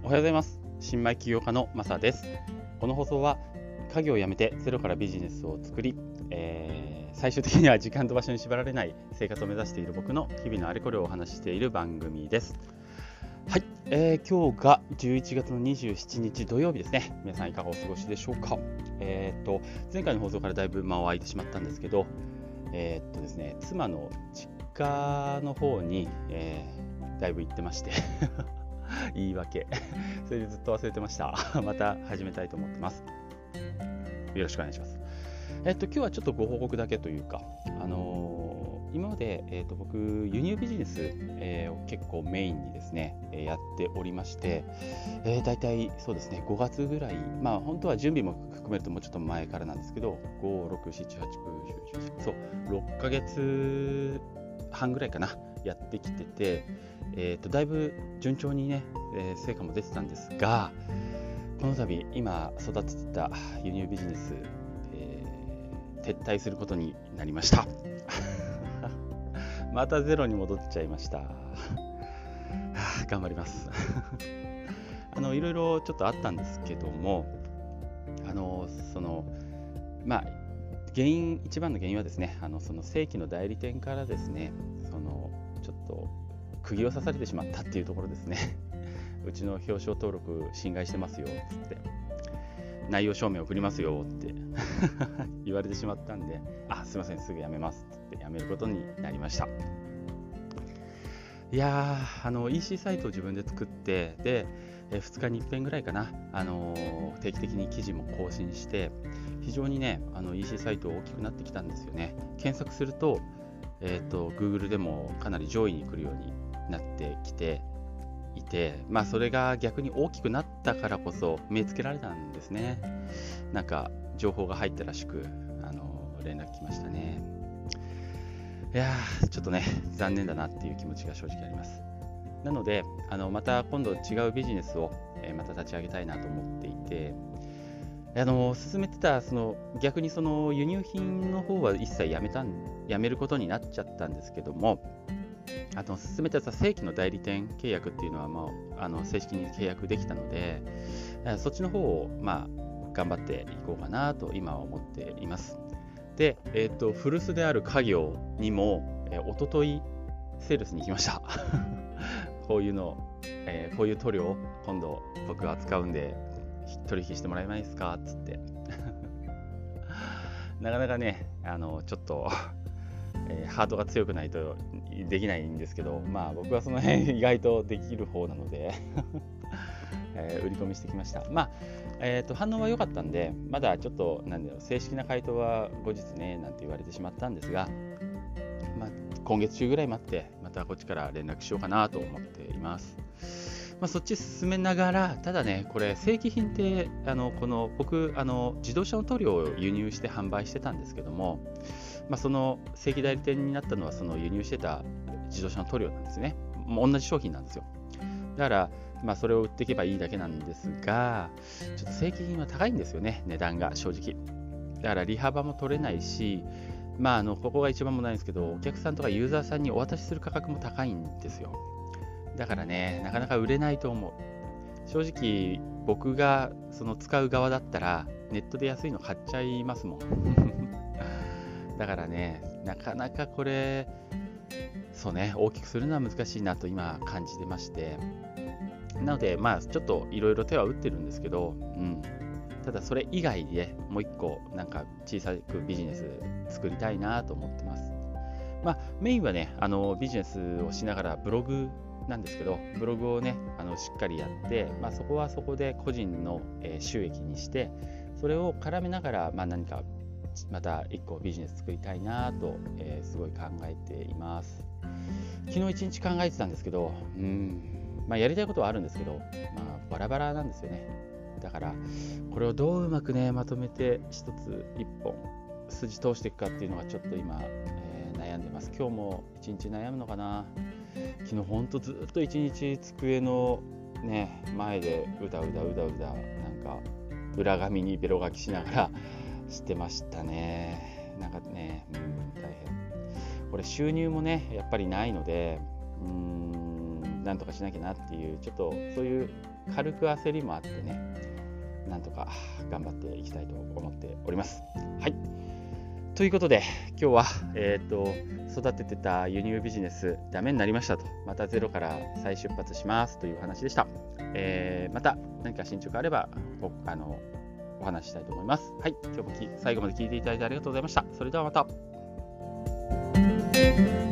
おはようございます。新米起業家のマサです。この放送は家業を辞めてゼロからビジネスを作り、最終的には時間と場所に縛られない生活を目指している僕の日々のあれこれをお話ししている番組です。はい、今日が11月の27日土曜日ですね。皆さんいかがお過ごしでしょうか。前回の放送からだいぶ間を空いてしまったんですけど、ですね、妻の実家の方に、だいぶ行ってまして言い訳それでずっと忘れてましたまた始めたいと思ってます。よろしくお願いします。今日はちょっとご報告だけというか、今まで、僕輸入ビジネス、を結構メインにですね、やっておりまして、だいたいそうですね5月ぐらい、本当は準備も含めるともうちょっと前からなんですけど、5、6、7、8、9、10、11、そう6ヶ月半ぐらいかなやってきてて、だいぶ順調にね、成果も出てたんですが、この度今育ててた輸入ビジネス、撤退することになりましたまたゼロに戻っちゃいました頑張りますいろいろちょっとあったんですけども、一番の原因はですね、その正規の代理店からですね、ちょっと釘を刺されてしまったっていうところですねうちの表彰登録侵害してますよっつって、内容証明送りますよって言われてしまったんで、すいませんすぐ辞めますって辞めることになりました。いやー、EC サイトを自分で作って、で2日に1遍ぐらいかな、定期的に記事も更新して、非常にねEC サイト大きくなってきたんですよね。検索すると、Google でもかなり上位に来るようになってきていて、それが逆に大きくなったからこそ目つけられたんですね。なんか情報が入ったらしく、連絡来ましたね。いやー、ちょっとね残念だなっていう気持ちが正直あります。なのでまた今度違うビジネスを、また立ち上げたいなと思っていて、進めてた逆に輸入品の方は一切やめることになっちゃったんですけども、進めてた正規の代理店契約っていうのは、正式に契約できたので、そっちの方を、頑張っていこうかなと今は思っています。で、古巣である家業にも、一昨日セールスに行きましたこういう塗料今度僕は扱うんで取引してもらえないですかっつってなかなかねちょっとハートが強くないとできないんですけど、僕はその辺意外とできる方なので売り込みしてきました。反応は良かったんで、まだちょっと正式な回答は後日ねなんて言われてしまったんですが、今月中ぐらい待ってまたこっちから連絡しようかなと思っています。そっち進めながら、ただねこれ正規品って僕自動車の塗料を輸入して販売してたんですけども、その正規代理店になったのはその輸入してた自動車の塗料なんですね。もう同じ商品なんですよ。だからそれを売っていけばいいだけなんですが、ちょっと正規品は高いんですよね、値段が正直。だから利幅も取れないし、ここが一番もないんですけど、お客さんとかユーザーさんにお渡しする価格も高いんですよ。だからねなかなか売れないと思う。正直僕が使う側だったらネットで安いの買っちゃいますもんだからねなかなかこれ大きくするのは難しいなと今感じてまして、なのでちょっといろいろ手は打ってるんですけど、ただそれ以外でもう一個小さくビジネス作りたいなと思ってます。メインはねビジネスをしながらブログなんですけど、ブログをねしっかりやって、そこはそこで個人の、収益にして、それを絡めながら、何かまた一個ビジネス作りたいなと、すごい考えています。昨日一日考えてたんですけど、やりたいことはあるんですけど、バラバラなんですよね。だからこれをどううまくねまとめて一本筋通していくかっていうのがちょっと今、悩んでます。今日も一日悩むのかな。昨日ほんとずっと一日机のね前でうだうだ裏紙にベロ書きしながらしてましたね。大変。これ収入もねやっぱりないので、なんとかしなきゃなっていう、ちょっとそういう軽く焦りもあってね、なんとか頑張っていきたいと思っております。はい。ということで、今日は、育ててた輸入ビジネスダメになりましたと、またゼロから再出発しますという話でした。また何か進捗あればお話ししたいと思います。はい。今日も最後まで聞いていただいてありがとうございました。それではまた。